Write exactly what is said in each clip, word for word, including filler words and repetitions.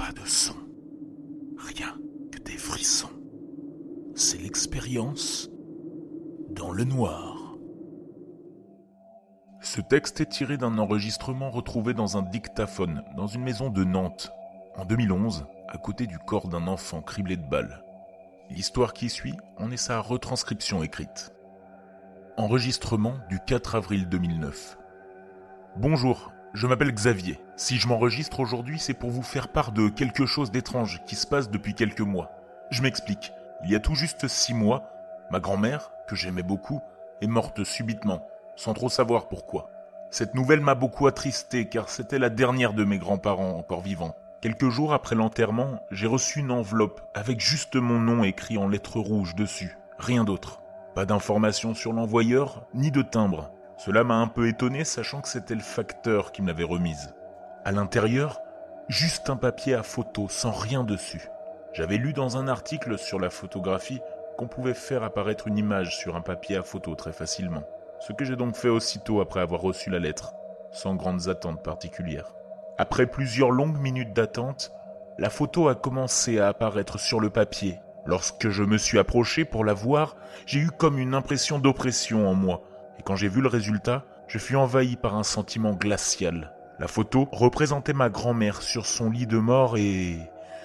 Pas de son, rien que des frissons. C'est l'expérience dans le noir. Ce texte est tiré d'un enregistrement retrouvé dans un dictaphone dans une maison de Nantes, en deux mille onze, à côté du corps d'un enfant criblé de balles. L'histoire qui suit en est sa retranscription écrite. Enregistrement du quatre avril deux mille neuf. Bonjour, je m'appelle Xavier. Si je m'enregistre aujourd'hui, c'est pour vous faire part de quelque chose d'étrange qui se passe depuis quelques mois. Je m'explique. Il y a tout juste six mois, ma grand-mère, que j'aimais beaucoup, est morte subitement, sans trop savoir pourquoi. Cette nouvelle m'a beaucoup attristé car c'était la dernière de mes grands-parents encore vivants. Quelques jours après l'enterrement, j'ai reçu une enveloppe avec juste mon nom écrit en lettres rouges dessus, rien d'autre. Pas d'informations sur l'envoyeur, ni de timbre. Cela m'a un peu étonné, sachant que c'était le facteur qui me l'avait remise. À l'intérieur, juste un papier à photo, sans rien dessus. J'avais lu dans un article sur la photographie qu'on pouvait faire apparaître une image sur un papier à photo très facilement. Ce que j'ai donc fait aussitôt après avoir reçu la lettre, sans grandes attentes particulières. Après plusieurs longues minutes d'attente, la photo a commencé à apparaître sur le papier. Lorsque je me suis approché pour la voir, j'ai eu comme une impression d'oppression en moi. Et quand j'ai vu le résultat, je fus envahi par un sentiment glacial. La photo représentait ma grand-mère sur son lit de mort et...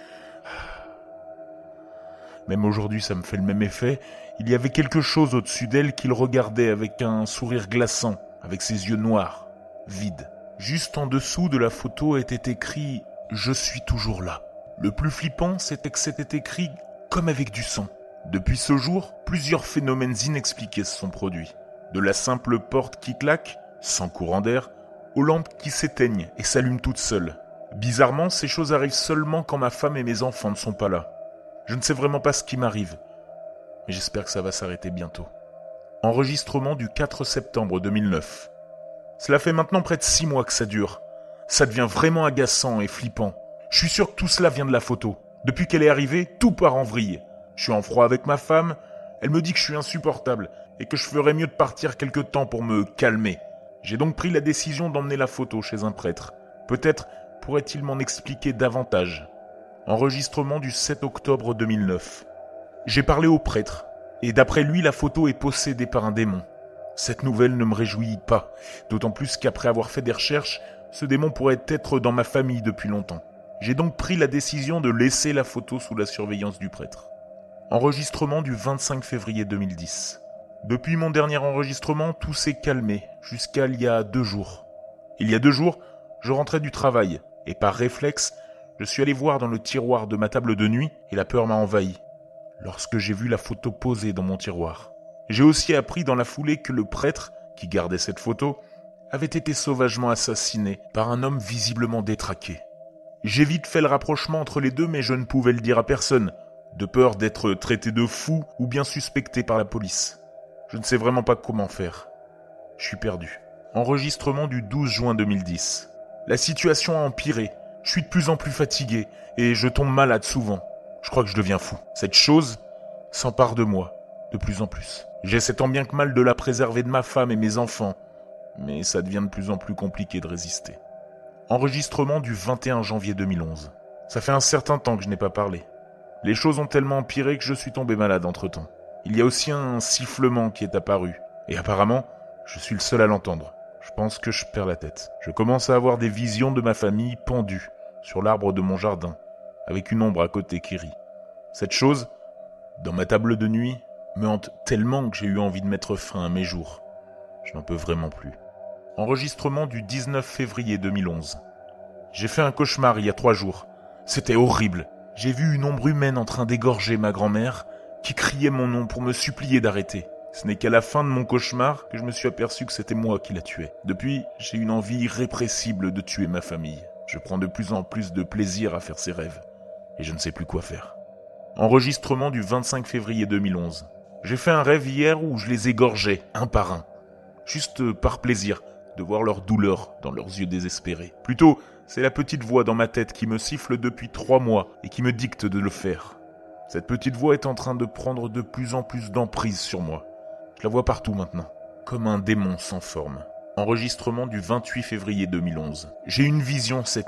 Même aujourd'hui, ça me fait le même effet. Il y avait quelque chose au-dessus d'elle qui le regardait avec un sourire glaçant, avec ses yeux noirs, vides. Juste en dessous de la photo était écrit « Je suis toujours là ». Le plus flippant, c'était que c'était écrit comme avec du sang. Depuis ce jour, plusieurs phénomènes inexpliqués se sont produits. De la simple porte qui claque, sans courant d'air, aux lampes qui s'éteignent et s'allument toutes seules. Bizarrement, ces choses arrivent seulement quand ma femme et mes enfants ne sont pas là. Je ne sais vraiment pas ce qui m'arrive, mais j'espère que ça va s'arrêter bientôt. Enregistrement du quatre septembre deux mille neuf. Cela fait maintenant près de six mois que ça dure. Ça devient vraiment agaçant et flippant. Je suis sûr que tout cela vient de la photo. Depuis qu'elle est arrivée, tout part en vrille. Je suis en froid avec ma femme, elle me dit que je suis insupportable et que je ferais mieux de partir quelque temps pour me calmer. J'ai donc pris la décision d'emmener la photo chez un prêtre. Peut-être pourrait-il m'en expliquer davantage. Enregistrement du sept octobre deux mille neuf. J'ai parlé au prêtre, et d'après lui, la photo est possédée par un démon. Cette nouvelle ne me réjouit pas, d'autant plus qu'après avoir fait des recherches, ce démon pourrait être dans ma famille depuis longtemps. J'ai donc pris la décision de laisser la photo sous la surveillance du prêtre. Enregistrement du vingt-cinq février deux mille dix. Depuis mon dernier enregistrement, tout s'est calmé, jusqu'à il y a deux jours. Il y a deux jours, je rentrais du travail, et par réflexe, je suis allé voir dans le tiroir de ma table de nuit, et la peur m'a envahi, lorsque j'ai vu la photo posée dans mon tiroir. J'ai aussi appris dans la foulée que le prêtre, qui gardait cette photo, avait été sauvagement assassiné par un homme visiblement détraqué. J'ai vite fait le rapprochement entre les deux, mais je ne pouvais le dire à personne, de peur d'être traité de fou ou bien suspecté par la police. Je ne sais vraiment pas comment faire. Je suis perdu. Enregistrement du douze juin deux mille dix. La situation a empiré. Je suis de plus en plus fatigué et je tombe malade souvent. Je crois que je deviens fou. Cette chose s'empare de moi, de plus en plus. J'essaie tant bien que mal de la préserver de ma femme et mes enfants, mais ça devient de plus en plus compliqué de résister. Enregistrement du vingt et un janvier deux mille onze. Ça fait un certain temps que je n'ai pas parlé. Les choses ont tellement empiré que je suis tombé malade entre-temps. Il y a aussi un sifflement qui est apparu, et apparemment, je suis le seul à l'entendre. Je pense que je perds la tête. Je commence à avoir des visions de ma famille pendue sur l'arbre de mon jardin, avec une ombre à côté qui rit. Cette chose, dans ma table de nuit, me hante tellement que j'ai eu envie de mettre fin à mes jours. Je n'en peux vraiment plus. Enregistrement du dix-neuf février deux mille onze. J'ai fait un cauchemar il y a trois jours. C'était horrible. J'ai vu une ombre humaine en train d'égorger ma grand-mère, qui criait mon nom pour me supplier d'arrêter. Ce n'est qu'à la fin de mon cauchemar que je me suis aperçu que c'était moi qui la tuais. Depuis, j'ai une envie irrépressible de tuer ma famille. Je prends de plus en plus de plaisir à faire ces rêves. Et je ne sais plus quoi faire. Enregistrement du vingt-cinq février deux mille onze. J'ai fait un rêve hier où je les égorgeais, un par un. Juste par plaisir de voir leur douleur dans leurs yeux désespérés. Plutôt, c'est la petite voix dans ma tête qui me siffle depuis trois mois et qui me dicte de le faire. Cette petite voix est en train de prendre de plus en plus d'emprise sur moi. Je la vois partout maintenant, comme un démon sans forme. Enregistrement du vingt-huit février deux mille onze. J'ai une vision cette nuit.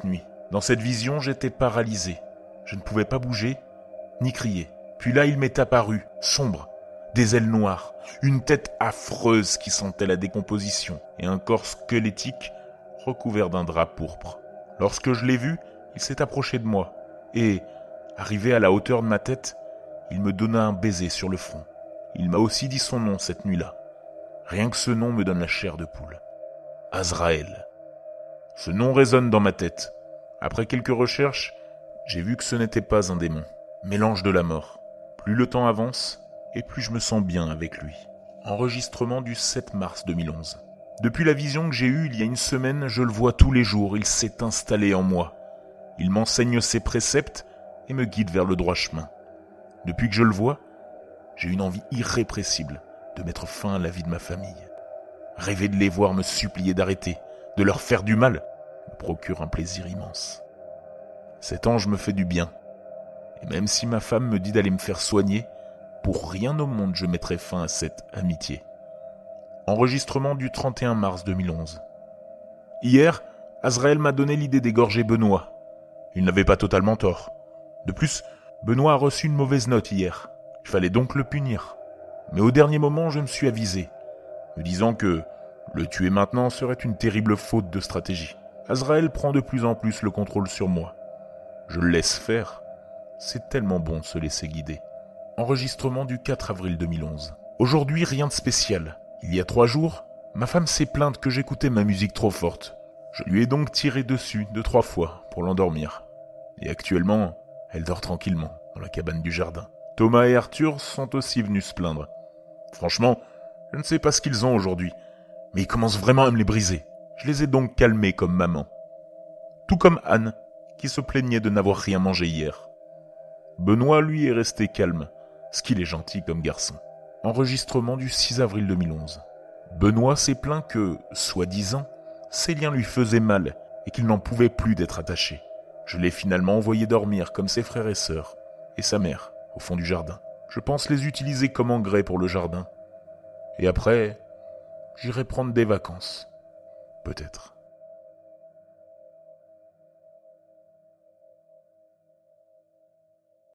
Dans cette vision, j'étais paralysé. Je ne pouvais pas bouger, ni crier. Puis là, il m'est apparu, sombre, des ailes noires, une tête affreuse qui sentait la décomposition et un corps squelettique recouvert d'un drap pourpre. Lorsque je l'ai vu, il s'est approché de moi et, arrivé à la hauteur de ma tête, il me donna un baiser sur le front. Il m'a aussi dit son nom cette nuit-là. Rien que ce nom me donne la chair de poule. Azraël. Ce nom résonne dans ma tête. Après quelques recherches, j'ai vu que ce n'était pas un démon, mélange de la mort. Plus le temps avance, et plus je me sens bien avec lui. Enregistrement du sept mars deux mille onze. Depuis la vision que j'ai eue il y a une semaine, je le vois tous les jours, il s'est installé en moi. Il m'enseigne ses préceptes et me guide vers le droit chemin. Depuis que je le vois, j'ai une envie irrépressible de mettre fin à la vie de ma famille. Rêver de les voir me supplier d'arrêter, de leur faire du mal, me procure un plaisir immense. Cet ange me fait du bien. Et même si ma femme me dit d'aller me faire soigner, pour rien au monde je mettrai fin à cette amitié. Enregistrement du trente et un mars deux mille onze. Hier, Azraël m'a donné l'idée d'égorger Benoît. Il n'avait pas totalement tort. De plus, Benoît a reçu une mauvaise note hier. Il fallait donc le punir. Mais au dernier moment, je me suis avisé, me disant que le tuer maintenant serait une terrible faute de stratégie. Azraël prend de plus en plus le contrôle sur moi. Je le laisse faire. C'est tellement bon de se laisser guider. Enregistrement du quatre avril deux mille onze. Aujourd'hui, rien de spécial. Il y a trois jours, ma femme s'est plainte que j'écoutais ma musique trop forte. Je lui ai donc tiré dessus deux, trois fois pour l'endormir. Et actuellement, elle dort tranquillement dans la cabane du jardin. Thomas et Arthur sont aussi venus se plaindre. Franchement, je ne sais pas ce qu'ils ont aujourd'hui, mais ils commencent vraiment à me les briser. Je les ai donc calmés comme maman. Tout comme Anne, qui se plaignait de n'avoir rien mangé hier. Benoît, lui, est resté calme, ce qu'il est gentil comme garçon. Enregistrement du six avril deux mille onze. Benoît s'est plaint que, soi-disant, ses liens lui faisaient mal et qu'il n'en pouvait plus d'être attaché. Je l'ai finalement envoyé dormir comme ses frères et sœurs, et sa mère, au fond du jardin. Je pense les utiliser comme engrais pour le jardin. Et après, j'irai prendre des vacances. Peut-être.